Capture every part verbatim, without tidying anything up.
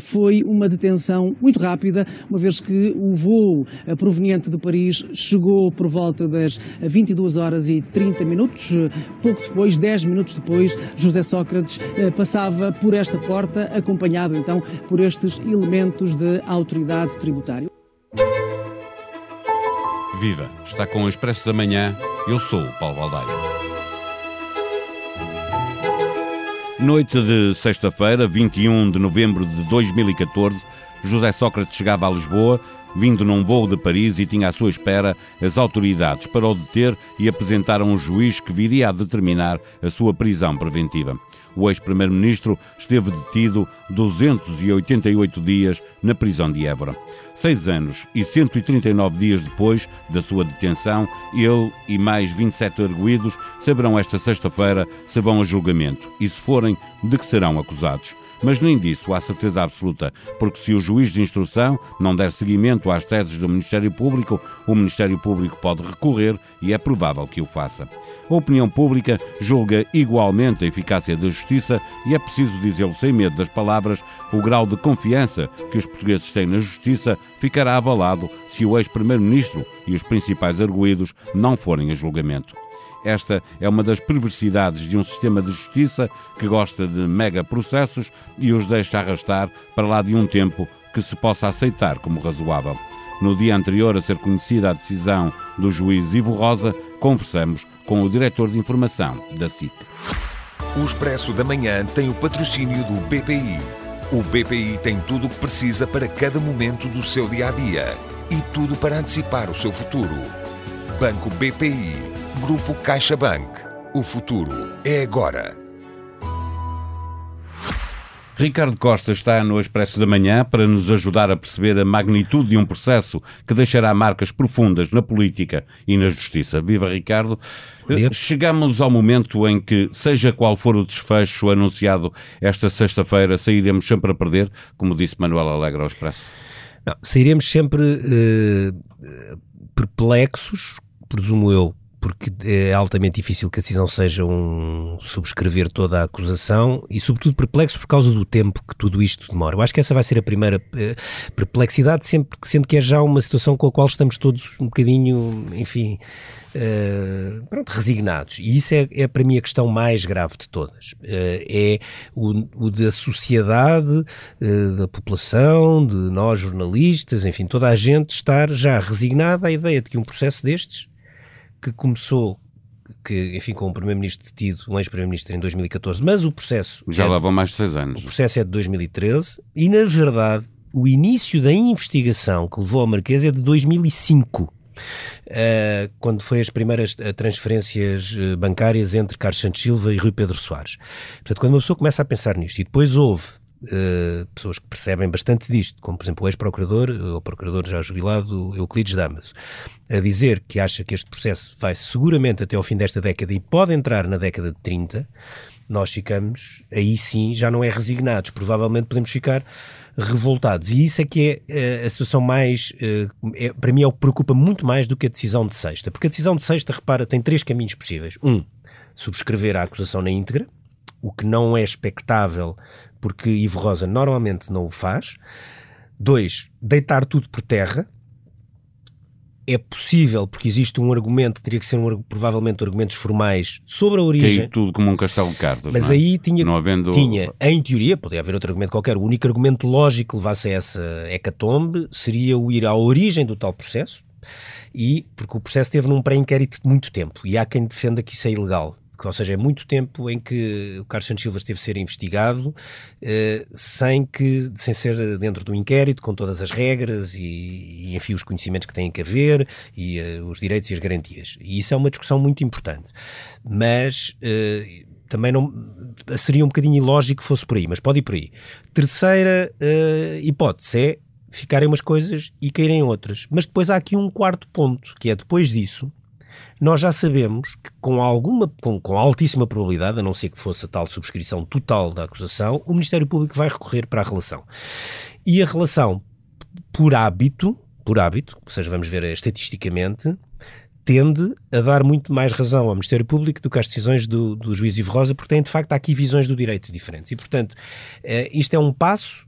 foi uma detenção muito rápida, uma vez que o voo proveniente de Paris chegou por volta das vinte e duas horas e trinta minutos. Pouco depois, dez minutos depois, José Sócrates passava por esta porta, acompanhado então por estes elementos de autoridade tributária. Viva! Está com o Expresso da Manhã. Eu sou o Paulo Baldaia. Noite de sexta-feira, vinte e um de novembro de dois mil e catorze, José Sócrates chegava a Lisboa, vindo num voo de Paris, e tinha à sua espera as autoridades para o deter e apresentar a um juiz que viria a determinar a sua prisão preventiva. O ex-primeiro-ministro esteve detido duzentos e oitenta e oito dias na prisão de Évora. Seis anos e cento e trinta e nove dias depois da sua detenção, ele e mais vinte e sete arguidos saberão esta sexta-feira se vão a julgamento e, se forem, de que serão acusados. Mas nem disso há certeza absoluta, porque se o juiz de instrução não der seguimento às teses do Ministério Público, o Ministério Público pode recorrer e é provável que o faça. A opinião pública julga igualmente a eficácia da justiça e é preciso dizê-lo sem medo das palavras, o grau de confiança que os portugueses têm na justiça ficará abalado se o ex-primeiro-ministro e os principais arguidos não forem a julgamento. Esta é uma das perversidades de um sistema de justiça que gosta de mega-processos e os deixa arrastar para lá de um tempo que se possa aceitar como razoável. No dia anterior a ser conhecida a decisão do juiz Ivo Rosa, conversamos com o diretor de informação da S I C. O Expresso da Manhã tem o patrocínio do B P I. O B P I tem tudo o que precisa para cada momento do seu dia-a-dia e tudo para antecipar o seu futuro. Banco B P I. Grupo CaixaBank. O futuro é agora. Ricardo Costa está no Expresso da Manhã para nos ajudar a perceber a magnitude de um processo que deixará marcas profundas na política e na justiça. Viva, Ricardo! Chegamos ao momento em que, seja qual for o desfecho anunciado esta sexta-feira, sairemos sempre a perder, como disse Manuel Alegre ao Expresso. Não, sairemos sempre uh, perplexos, presumo eu, porque é altamente difícil que a decisão seja um subscrever toda a acusação e, sobretudo, perplexo por causa do tempo que tudo isto demora. Eu acho que essa vai ser a primeira eh, perplexidade, sempre, sendo que é já uma situação com a qual estamos todos um bocadinho, enfim, eh, pronto, resignados. E isso é, é, para mim, a questão mais grave de todas. Eh, é o, o da sociedade, eh, da população, de nós jornalistas, enfim, toda a gente estar já resignada à ideia de que um processo destes, que começou, que, enfim, com o primeiro-ministro detido, um ex-primeiro-ministro em dois mil e catorze, mas o processo... Já é leva de, mais de seis anos. O processo é de dois mil e treze e, na verdade, o início da investigação que levou ao Marquês é de dois mil e cinco, uh, quando foi as primeiras transferências bancárias entre Carlos Santos Silva e Rui Pedro Soares. Portanto, quando uma pessoa começa a pensar nisto e depois houve Uh, pessoas que percebem bastante disto, como por exemplo o ex-procurador, o procurador já jubilado Euclides Damaso, a dizer que acha que este processo vai seguramente até ao fim desta década e pode entrar na década de trinta, nós ficamos, aí sim, já não é resignados, provavelmente podemos ficar revoltados. E isso é que é uh, a situação mais, uh, é, para mim é o que preocupa muito mais do que a decisão de sexta, porque a decisão de sexta, repara, tem três caminhos possíveis. Um, subscrever a acusação na íntegra, o que não é expectável porque Ivo Rosa normalmente não o faz. Dois, deitar tudo por terra. É possível, porque existe um argumento, teria que ser um, provavelmente argumentos formais sobre a origem. Caiu tudo como um castelo de cartas. Mas não é? aí tinha, não havendo... tinha, em teoria, poderia haver outro argumento qualquer, o único argumento lógico que levasse a essa hecatombe seria o ir à origem do tal processo, e porque o processo teve num pré-inquérito de muito tempo, e há quem defenda que isso é ilegal. Ou seja, é muito tempo em que o Carlos Santos Silva esteve a ser investigado eh, sem, que, sem ser dentro do inquérito, com todas as regras e, e enfim, os conhecimentos que têm que haver e eh, os direitos e as garantias. E isso é uma discussão muito importante. Mas eh, também não, seria um bocadinho ilógico que fosse por aí, mas pode ir por aí. Terceira eh, hipótese é ficarem umas coisas e caírem outras. Mas depois há aqui um quarto ponto, que é depois disso, nós já sabemos que com alguma, com, com altíssima probabilidade, a não ser que fosse a tal subscrição total da acusação, o Ministério Público vai recorrer para a relação. E a relação, por hábito, por hábito, ou seja, vamos ver estatisticamente, tende a dar muito mais razão ao Ministério Público do que às decisões do, do juiz Ivo Rosa, porque tem, de facto, aqui visões do direito diferentes. E, portanto, isto é um passo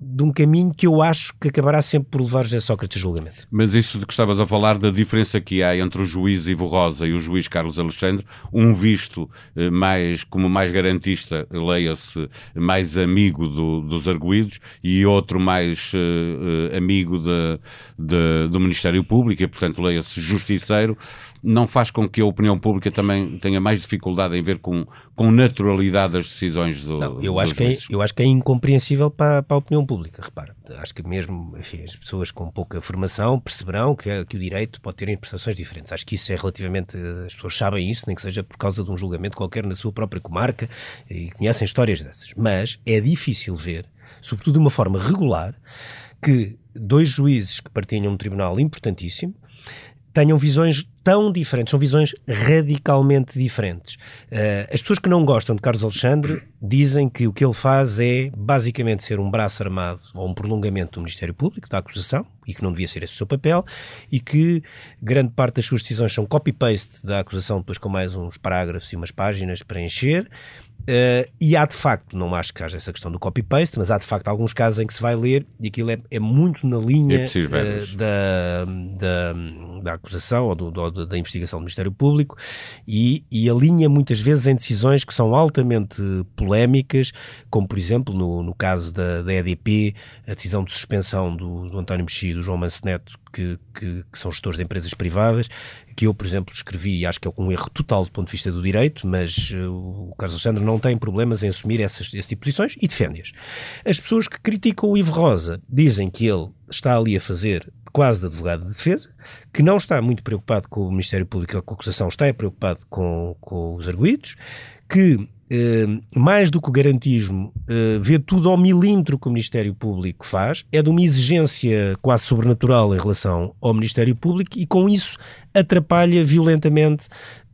de um caminho que eu acho que acabará sempre por levar José Sócrates a julgamento. Mas isso de que estavas a falar, da diferença que há entre o juiz Ivo Rosa e o juiz Carlos Alexandre, um visto eh, mais, como mais garantista, leia-se, mais amigo do, dos arguidos, e outro mais eh, amigo de, de, do Ministério Público, e portanto leia-se justiceiro, não faz com que a opinião pública também tenha mais dificuldade em ver com, com naturalidade as decisões do, não, eu dos acho que é, juízes? Eu acho que é incompreensível para, para a opinião pública, repara. Acho que mesmo, enfim, as pessoas com pouca formação perceberão que, que o direito pode ter interpretações diferentes. Acho que isso é relativamente... As pessoas sabem isso, nem que seja por causa de um julgamento qualquer na sua própria comarca, e conhecem histórias dessas. Mas é difícil ver, sobretudo de uma forma regular, que dois juízes que partilham um tribunal importantíssimo tenham visões tão diferentes, são visões radicalmente diferentes. Uh, as pessoas que não gostam de Carlos Alexandre dizem que o que ele faz é basicamente ser um braço armado ou um prolongamento do Ministério Público, da acusação, e que não devia ser esse o seu papel, e que grande parte das suas decisões são copy-paste da acusação, depois com mais uns parágrafos e umas páginas para encher. Uh, e há de facto, não acho que haja essa questão do copy-paste, mas há de facto alguns casos em que se vai ler e aquilo é, é muito na linha uh, da, da, da acusação ou do, do, da investigação do Ministério Público, e, e alinha muitas vezes em decisões que são altamente polémicas, como por exemplo no, no caso da, da E D P, a decisão de suspensão do, do António Mexia e do João Manso Neto, que, que, que são gestores de empresas privadas, que eu, por exemplo, escrevi, e acho que é um erro total do ponto de vista do direito, mas uh, o Carlos Alexandre não tem problemas em assumir essas, esse tipo de posições e defende-as. As pessoas que criticam o Ivo Rosa dizem que ele está ali a fazer quase de advogado de defesa, que não está muito preocupado com o Ministério Público ou com a acusação, está preocupado com, com os arguidos, que Uh, mais do que o garantismo, uh, vê tudo ao milímetro que o Ministério Público faz, é de uma exigência quase sobrenatural em relação ao Ministério Público, e com isso atrapalha violentamente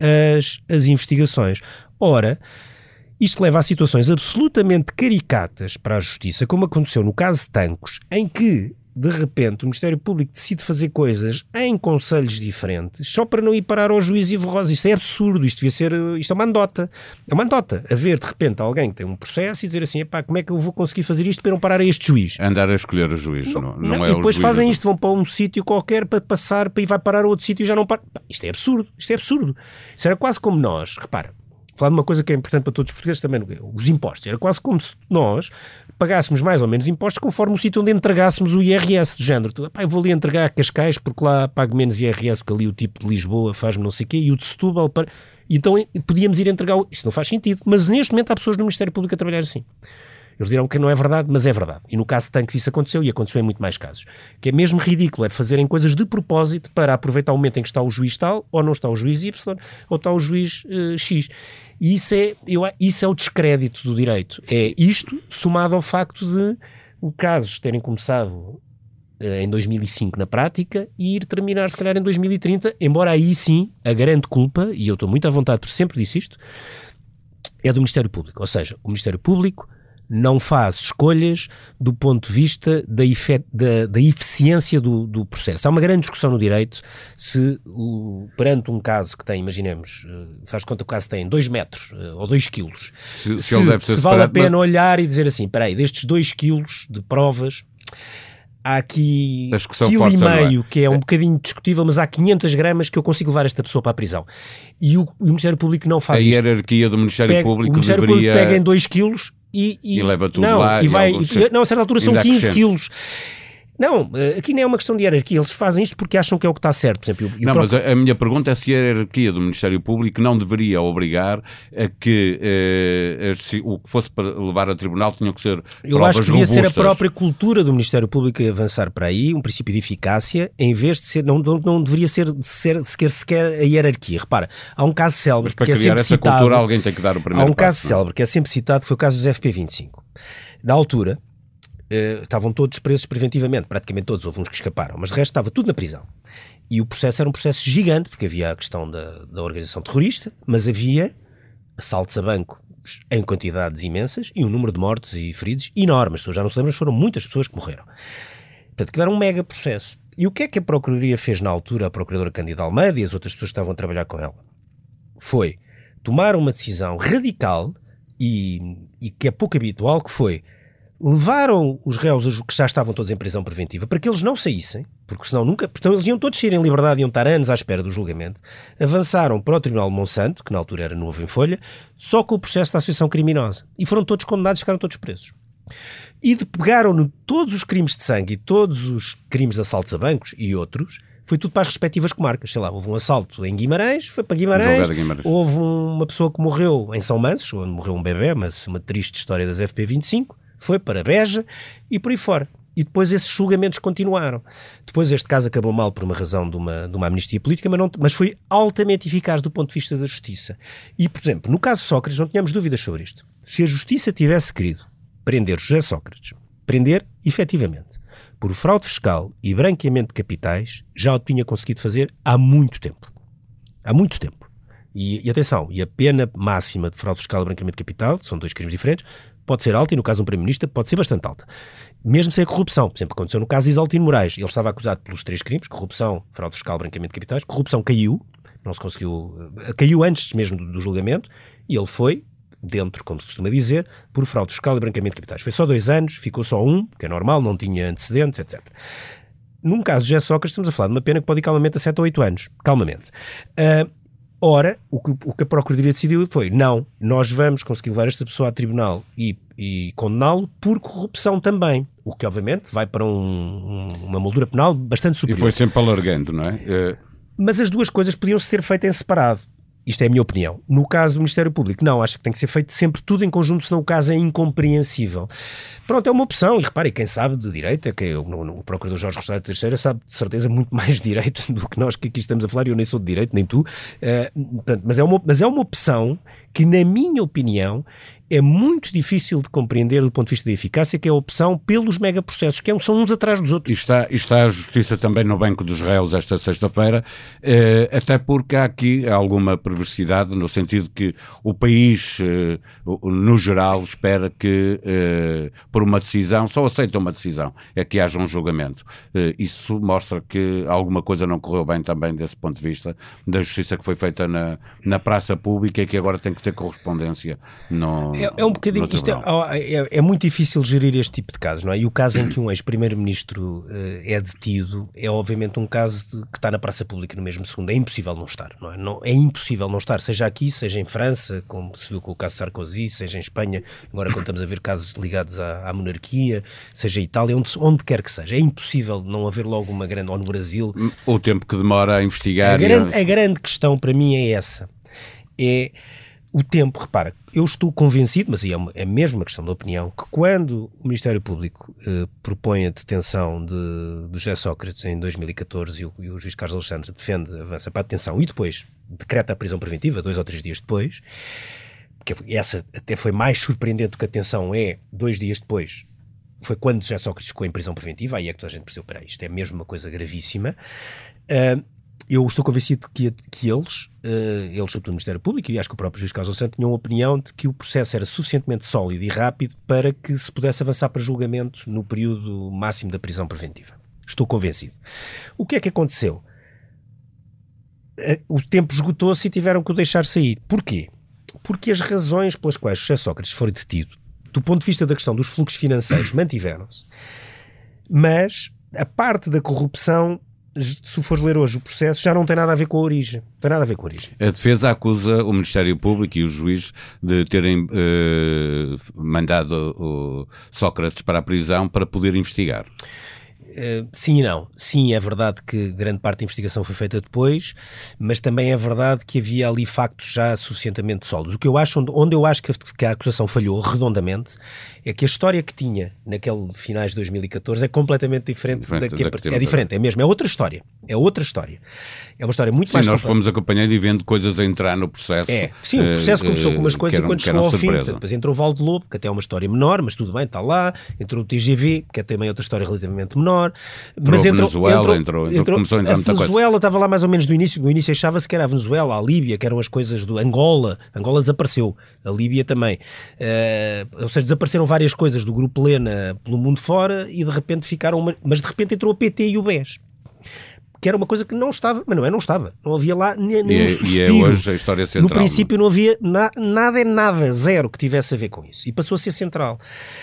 as, as investigações. Ora, isto leva a situações absolutamente caricatas para a Justiça, como aconteceu no caso de Tancos, em que de repente o Ministério Público decide fazer coisas em conselhos diferentes só para não ir parar ao juiz Ivo Rosa. Isto é absurdo, isto devia ser, isto é uma andota. É uma andota. Haver de repente alguém que tem um processo e dizer assim, epá, como é que eu vou conseguir fazer isto para não parar a este juiz? Andar a escolher o juiz, não, não, não, não é. E depois o juiz fazem do... isto, vão para um sítio qualquer para passar, para ir vai parar a outro sítio e já não para. Isto é absurdo, isto é absurdo. Isso era quase como nós, repara, falar de uma coisa que é importante para todos os portugueses também, os impostos. Era quase como se nós pagássemos mais ou menos impostos conforme o sítio onde entregássemos o I R S, do género. Pá, eu vou ali entregar a Cascais porque lá pago menos I R S, porque ali o tipo de Lisboa faz-me não sei o quê, e o de Setúbal... Para... Então podíamos ir entregar... Isto não faz sentido, mas neste momento há pessoas no Ministério Público a trabalhar assim. Eles dirão que não é verdade, mas é verdade. E no caso de Tancos isso aconteceu, e aconteceu em muito mais casos. Que é mesmo ridículo, é fazerem coisas de propósito para aproveitar o momento em que está o juiz tal, ou não está o juiz Y, ou está o juiz uh, X. E isso é, eu, isso é o descrédito do direito. É isto somado ao facto de os casos terem começado uh, em dois mil e cinco na prática e ir terminar se calhar em dois mil e trinta, embora aí sim a grande culpa, e eu estou muito à vontade porque sempre disse isto, é do Ministério Público. Ou seja, o Ministério Público não faz escolhas do ponto de vista da, efe, da, da eficiência do, do processo. Há uma grande discussão no direito se, o, perante um caso que tem, imaginemos, faz conta que o caso tem dois metros ou dois quilos, se, se, se, se vale a pena mas... olhar e dizer assim, espera aí, destes dois quilos de provas, há aqui quilo e meio, que é um bocadinho discutível, mas há quinhentas gramas que eu consigo levar esta pessoa para a prisão. E o, o Ministério Público não faz isso. A hierarquia do Ministério pega, Público o Ministério deveria... Público pega em dois quilos e, e, e leva tudo não, lá. E vai, e e, não, a certa altura são quinze quilos. Não, aqui não é uma questão de hierarquia, eles fazem isto porque acham que é o que está certo. Por exemplo, não, próprio... mas a, a minha pergunta é se a hierarquia do Ministério Público não deveria obrigar a que eh, se, o que fosse para levar a tribunal tinham que ser provas robustas. Eu acho que devia ser a própria cultura do Ministério Público a avançar para aí, um princípio de eficácia, em vez de ser, não, não, não deveria ser, ser sequer, sequer a hierarquia. Repara, há um caso célebre para que é criar sempre essa citado, cultura alguém tem que dar o primeiro há um passo, caso célebre que é sempre citado, que foi o caso dos F P vinte e cinco. Na altura, Uh, estavam todos presos preventivamente, praticamente todos, houve uns que escaparam, mas de resto estava tudo na prisão. E o processo era um processo gigante, porque havia a questão da, da organização terrorista, mas havia assaltos a banco em quantidades imensas e um número de mortos e feridos enormes. Já não se lembram, foram muitas pessoas que morreram. Portanto, que era um mega processo. E o que é que a Procuradoria fez na altura, a Procuradora Cândida Almeida e as outras pessoas que estavam a trabalhar com ela? Foi tomar uma decisão radical e, e que é pouco habitual, que foi: levaram os réus que já estavam todos em prisão preventiva para que eles não saíssem, porque senão nunca, então eles iam todos sair em liberdade e iam estar anos à espera do julgamento, avançaram para o Tribunal de Monsanto, que na altura era novo em folha, só com o processo da associação criminosa, e foram todos condenados e ficaram todos presos. E de pegaram-no todos os crimes de sangue e todos os crimes de assaltos a bancos e outros, foi tudo para as respectivas comarcas. Sei lá, houve um assalto em Guimarães, foi para Guimarães, Guimarães. Houve uma pessoa que morreu em São Mansos, onde morreu um bebê, mas uma triste história das F P vinte e cinco, foi para Beja e por aí fora. E depois esses julgamentos continuaram. Depois este caso acabou mal por uma razão de uma, de uma amnistia política, mas, não, mas foi altamente eficaz do ponto de vista da justiça. E, por exemplo, no caso de Sócrates, não tínhamos dúvidas sobre isto. Se a justiça tivesse querido prender José Sócrates, prender efetivamente, por fraude fiscal e branqueamento de capitais, já o tinha conseguido fazer há muito tempo. Há muito tempo. E, e atenção, e a pena máxima de fraude fiscal e branqueamento de capital, são dois crimes diferentes, pode ser alta e no caso de um Primeiro-Ministro pode ser bastante alta. Mesmo sem a corrupção. Por exemplo, aconteceu no caso de Isaltino Moraes. Ele estava acusado pelos três crimes, corrupção, fraude fiscal, branqueamento de capitais. Corrupção caiu, não se conseguiu, caiu antes mesmo do, do julgamento, e ele foi dentro, como se costuma dizer, por fraude fiscal e branqueamento de capitais. Foi só dois anos, ficou só um, que é normal, não tinha antecedentes, etcétera. Num caso de José Sócrates, estamos a falar de uma pena que pode ir calmamente a sete ou oito anos. Calmamente. Uh, ora, o que, o que a Procuradoria decidiu foi, não, nós vamos conseguir levar esta pessoa a tribunal e, e condená-lo por corrupção também. O que, obviamente, vai para um, um, uma moldura penal bastante superior. E foi sempre alargando, não é? Uh... Mas as duas coisas podiam ser feitas em separado. Isto é a minha opinião. No caso do Ministério Público, não, acho que tem que ser feito sempre tudo em conjunto, senão o caso é incompreensível. Pronto, é uma opção, e repare, quem sabe de direito, é que eu, no, no, o Procurador Jorge Rosário Teixeira sabe de certeza muito mais de direito do que nós que aqui estamos a falar, e eu nem sou de direito, nem tu, uh, portanto, mas, é uma, mas é uma opção que, na minha opinião, é muito difícil de compreender do ponto de vista da eficácia, que é a opção pelos megaprocessos, que são uns atrás dos outros. E está, e está a Justiça também no banco dos réus esta sexta-feira, eh, até porque há aqui alguma perversidade, no sentido que o país, eh, no geral, espera que, eh, por uma decisão, só aceita uma decisão, é que haja um julgamento. Eh, isso mostra que alguma coisa não correu bem também desse ponto de vista, da justiça que foi feita na, na praça pública e que agora tem que ter correspondência no... É, é um bocadinho, isto é, é, é muito difícil gerir este tipo de casos, não é? E o caso em que um ex-primeiro-ministro uh, é detido é obviamente um caso de, que está na praça pública no mesmo segundo. É impossível não estar, não é? Não, é impossível não estar, seja aqui, seja em França, como se viu com o caso de Sarkozy, seja em Espanha, agora quando estamos a ver casos ligados à, à monarquia, seja em Itália, onde, onde quer que seja. É impossível não haver logo uma grande, ou no Brasil. O tempo que demora a investigar. A grande, a grande questão para mim é essa. É... O tempo, repara, eu estou convencido, mas é, uma, é mesmo uma questão de opinião, que quando o Ministério Público eh, propõe a detenção de, de José Sócrates em dois mil e catorze e o, e o juiz Carlos Alexandre defende, avança para a detenção e depois decreta a prisão preventiva, dois ou três dias depois, que essa até foi mais surpreendente do que a detenção é, dois dias depois, foi quando José Sócrates ficou em prisão preventiva, aí é que toda a gente percebeu, peraí, isto é mesmo uma coisa gravíssima. Uh, Eu estou convencido que, que eles, uh, eles sobretudo o Ministério Público, e acho que o próprio juiz Carlos Alexandre, tinham a opinião de que o processo era suficientemente sólido e rápido para que se pudesse avançar para julgamento no período máximo da prisão preventiva. Estou convencido. O que é que aconteceu? O tempo esgotou-se e tiveram que o deixar sair. Porquê? Porque as razões pelas quais José Sócrates foi detido, do ponto de vista da questão dos fluxos financeiros, mantiveram-se, mas a parte da corrupção, se for ler hoje o processo, já não tem nada a ver com a origem. Não tem nada a ver com a origem. A defesa acusa o Ministério Público e o juiz de terem eh, mandado o Sócrates para a prisão para poder investigar. Uh, sim e não. Sim, é verdade que grande parte da investigação foi feita depois, mas também é verdade que havia ali factos já suficientemente sólidos. O que eu acho, onde, onde eu acho que a, que a acusação falhou redondamente, é que a história que tinha naquele finais de dois mil e catorze é completamente diferente, diferente da que, da que é diferente, é mesmo, é outra história. É outra história. É uma história muito sim, mais nós complexa. fomos acompanhando e vendo coisas a entrar no processo. É, sim, o processo uh, começou com umas coisas eram, e quando chegou ao surpresa. fim, depois entrou o Valde Lobo, que até é uma história menor, mas tudo bem, está lá. Entrou o T G V, que é também outra história relativamente menor. Mas entrou entrou, Venezuela, entrou, entrou, entrou, entrou, começou a entrar a muita Venezuela coisa. estava lá mais ou menos do início. No início achava-se que era a Venezuela, a Líbia, que eram as coisas do Angola. Angola desapareceu, a Líbia também. Uh, ou seja, desapareceram várias coisas do Grupo Lena pelo mundo fora e de repente ficaram... Uma, mas de repente entrou a P T e o B E S. Que era uma coisa que não estava, mas não é, não estava. Não havia lá nem, nem um suspiro. E é hoje a história central. No princípio não havia na, nada, é nada, zero que tivesse a ver com isso. E passou a ser central.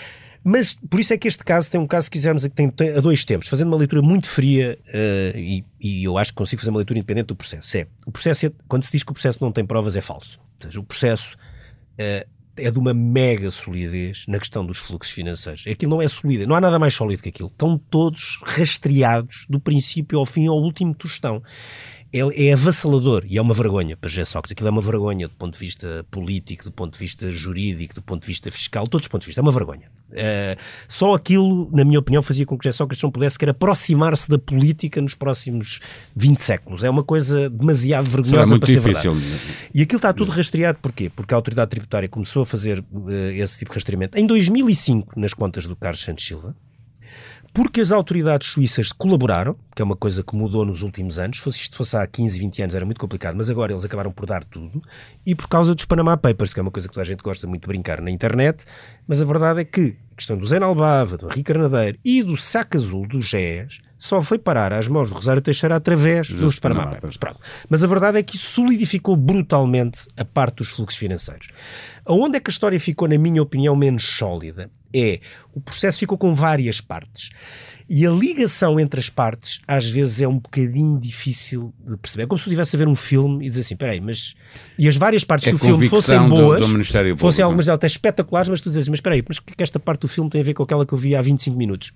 Mas por isso é que este caso tem um caso, se quisermos, que tem, tem a dois tempos, fazendo uma leitura muito fria, uh, e, e eu acho que consigo fazer uma leitura independente do processo. É, o processo é, quando se diz que o processo não tem provas, é falso. Ou seja, o processo uh, é de uma mega solidez na questão dos fluxos financeiros. Aquilo não é sólido, não há nada mais sólido que aquilo. Estão todos rastreados do princípio ao fim, ao último tostão. É, é avassalador e é uma vergonha para José Sócrates. Aquilo é uma vergonha do ponto de vista político, do ponto de vista jurídico, do ponto de vista fiscal, todos os pontos de vista. É uma vergonha. Uh, só aquilo, na minha opinião, fazia com que José Sócrates não pudesse sequer aproximar-se da política nos próximos vinte séculos. É uma coisa demasiado vergonhosa muito para ser difícil. Verdade. E aquilo está tudo rastreado. Porquê? Porque a autoridade tributária começou a fazer uh, esse tipo de rastreamento em dois mil e cinco nas contas do Carlos Santos Silva, porque as autoridades suíças colaboraram, que é uma coisa que mudou nos últimos anos. Se isto fosse há quinze, vinte anos era muito complicado, mas agora eles acabaram por dar tudo, e por causa dos Panama Papers, que é uma coisa que toda a gente gosta muito de brincar na internet, mas a verdade é que a questão do Zé Nalbava, do Henrique Carnadeiro e do saco azul do G E S só foi parar às mãos do Rosário Teixeira através dos, dos Panama Papers. Pronto. Mas a verdade é que isso solidificou brutalmente a parte dos fluxos financeiros. Aonde é que a história ficou, na minha opinião, menos sólida? É, o processo ficou com várias partes. E a ligação entre as partes, às vezes, é um bocadinho difícil de perceber. É como se tu estivesse a ver um filme e dizer assim, espera aí, mas... E as várias partes é do filme fossem boas, do, do Ministério fossem Público, algumas delas até espetaculares, mas tu dizes assim, mas espera aí, mas o que é que esta parte do filme tem a ver com aquela que eu vi há vinte e cinco minutos?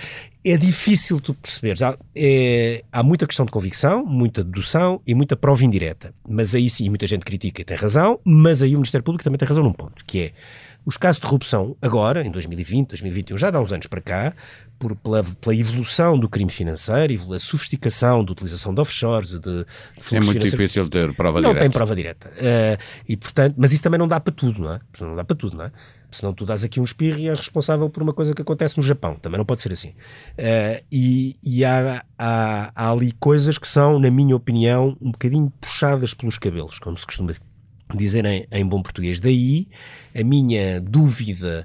É difícil tu perceberes. Há, é, há muita questão de convicção, muita dedução e muita prova indireta. Mas aí sim, muita gente critica e tem razão, mas aí o Ministério Público também tem razão num ponto, que é os casos de corrupção agora, em dois mil e vinte, dois mil e vinte e um, já há uns anos para cá, por, pela, pela evolução do crime financeiro e pela sofisticação da utilização de offshores, de, de é muito difícil ter prova não direta. Não tem prova direta. Uh, e, portanto, mas isso também não dá para tudo, não é? Não dá para tudo, não é? Senão tu dás aqui um espirro e és responsável por uma coisa que acontece no Japão. Também não pode ser assim. Uh, e e há, há, há ali coisas que são, na minha opinião, um bocadinho puxadas pelos cabelos, como se costuma dizer em, em bom português. Daí a minha dúvida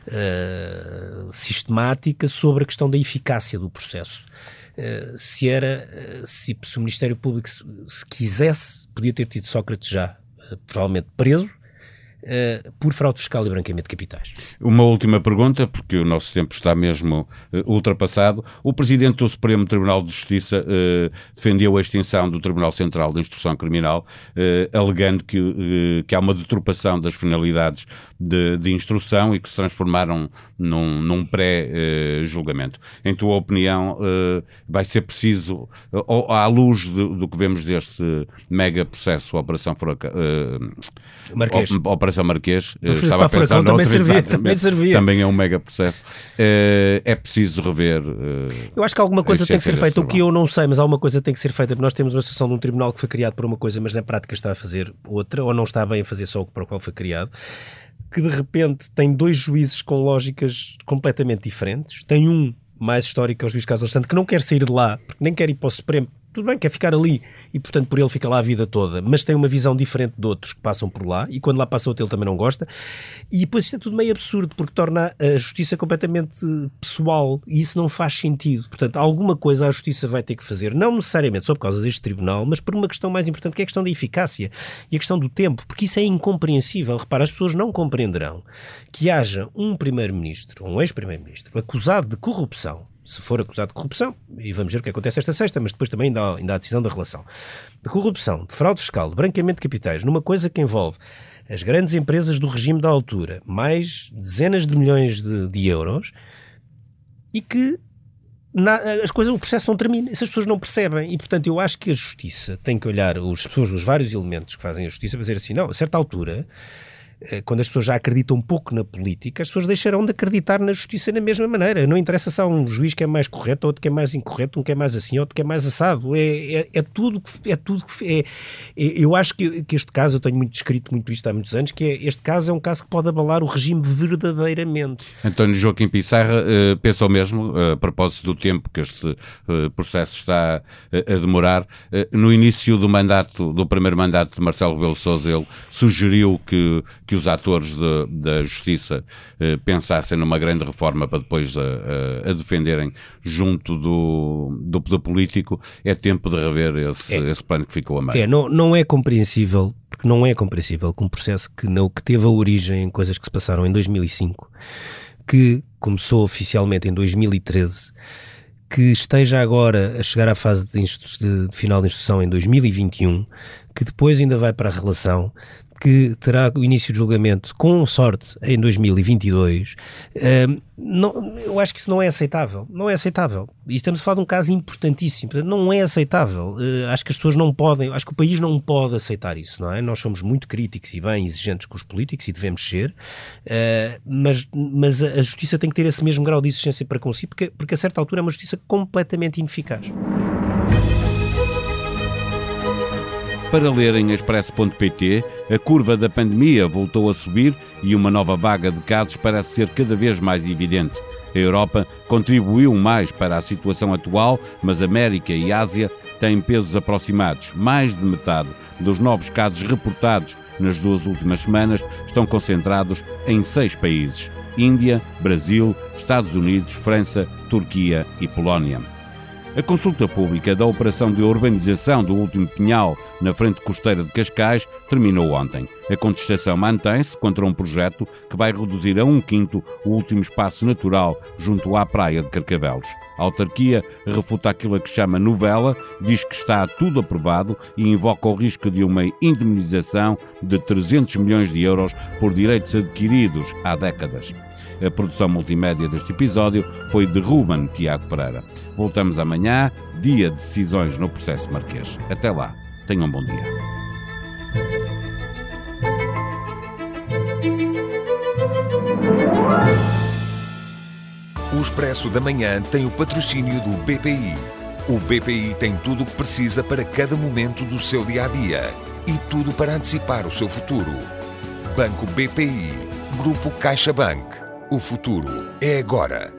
uh, sistemática sobre a questão da eficácia do processo. Uh, se era, uh, se, se o Ministério Público se, se quisesse, podia ter tido Sócrates já, uh, provavelmente preso, Uh, por fraude fiscal e branqueamento de capitais. Uma última pergunta, porque o nosso tempo está mesmo uh, ultrapassado. O Presidente do Supremo Tribunal de Justiça uh, defendeu a extinção do Tribunal Central de Instrução Criminal, uh, alegando que, uh, que há uma deturpação das finalidades de, de instrução e que se transformaram num, num pré-julgamento. Uh, em tua opinião, uh, vai ser preciso, uh, à luz do, do que vemos deste mega processo, a Operação Furacão, uh, Marquês. Operação Marquês, Não, estava a pensar também servia, também servia. Também é um mega processo. Uh, é preciso rever. Uh, eu acho que alguma coisa tem que ser feita, o que eu não sei, mas alguma coisa tem que ser feita, porque nós temos uma situação de um tribunal que foi criado por uma coisa, mas na prática está a fazer outra, ou não está bem a fazer só o para o qual foi criado, que de repente tem dois juízes com lógicas completamente diferentes. Tem um mais histórico, que é o juiz Carlos Santos, que não quer sair de lá, porque nem quer ir para o Supremo. Tudo bem, quer ficar ali e, portanto, por ele fica lá a vida toda, mas tem uma visão diferente de outros que passam por lá e quando lá passa outro ele também não gosta. E depois isto é tudo meio absurdo porque torna a justiça completamente pessoal e isso não faz sentido. Portanto, alguma coisa a justiça vai ter que fazer, não necessariamente só por causa deste tribunal, mas por uma questão mais importante que é a questão da eficácia e a questão do tempo, porque isso é incompreensível. Repara, as pessoas não compreenderão que haja um primeiro-ministro, um ex-primeiro-ministro, acusado de corrupção, se for acusado de corrupção, e vamos ver o que acontece esta sexta, mas depois também ainda há, ainda há a decisão da relação, de corrupção, de fraude fiscal, de branqueamento de capitais, numa coisa que envolve as grandes empresas do regime da altura, mais dezenas de milhões de, de euros, e que na, as coisas, o processo não termina, essas pessoas não percebem, e portanto eu acho que a justiça tem que olhar as pessoas dos vários elementos que fazem a justiça para dizer assim, não, a certa altura, quando as pessoas já acreditam um pouco na política, as pessoas deixarão de acreditar na justiça na mesma maneira. Não interessa se há um juiz que é mais correto, outro que é mais incorreto, um que é mais assim, outro que é mais assado. É, é, é tudo que... É tudo que é, é, eu acho que, que este caso, eu tenho muito descrito muito isto há muitos anos, que é, este caso é um caso que pode abalar o regime verdadeiramente. António Joaquim Pissarra uh, pensou mesmo, uh, a propósito do tempo que este uh, processo está uh, a demorar, uh, no início do mandato, do primeiro mandato de Marcelo Rebelo de Sousa, ele sugeriu que que os atores de, da justiça eh, pensassem numa grande reforma para depois a, a, a defenderem junto do, do poder político. É tempo de rever esse, é. esse plano que ficou a meio. É, não, não é compreensível, porque não é compreensível que um processo que, não, que teve a origem em coisas que se passaram em dois mil e cinco, que começou oficialmente em dois mil e treze, que esteja agora a chegar à fase de, instru- de, de final de instrução em dois mil e vinte e um, que depois ainda vai para a relação, que terá o início de julgamento, com sorte, em dois mil e vinte e dois, uh, não, eu acho que isso não é aceitável. Não é aceitável. E estamos a falar de um caso importantíssimo. Portanto, não é aceitável. Uh, acho que as pessoas não podem, acho que o país não pode aceitar isso, não é? Nós somos muito críticos e bem exigentes com os políticos e devemos ser, uh, mas, mas a justiça tem que ter esse mesmo grau de exigência para consigo, porque, porque a certa altura é uma justiça completamente ineficaz. Para ler em expresso ponto pt, a curva da pandemia voltou a subir e uma nova vaga de casos parece ser cada vez mais evidente. A Europa contribuiu mais para a situação atual, mas América e Ásia têm pesos aproximados. Mais de metade dos novos casos reportados nas duas últimas semanas estão concentrados em seis países: Índia, Brasil, Estados Unidos, França, Turquia e Polónia. A consulta pública da operação de urbanização do último Pinhal na frente costeira de Cascais terminou ontem. A contestação mantém-se contra um projeto que vai reduzir a um quinto o último espaço natural junto à praia de Carcavelos. A autarquia refuta aquilo que chama novela, diz que está tudo aprovado e invoca o risco de uma indemnização de trezentos milhões de euros por direitos adquiridos há décadas. A produção multimédia deste episódio foi de Ruben Tiago Pereira. Voltamos amanhã, dia de decisões no processo marquês. Até lá, tenham um bom dia. O Expresso da Manhã tem o patrocínio do B P I. O B P I tem tudo o que precisa para cada momento do seu dia-a-dia e tudo para antecipar o seu futuro. Banco B P I. Grupo CaixaBank. O futuro é agora.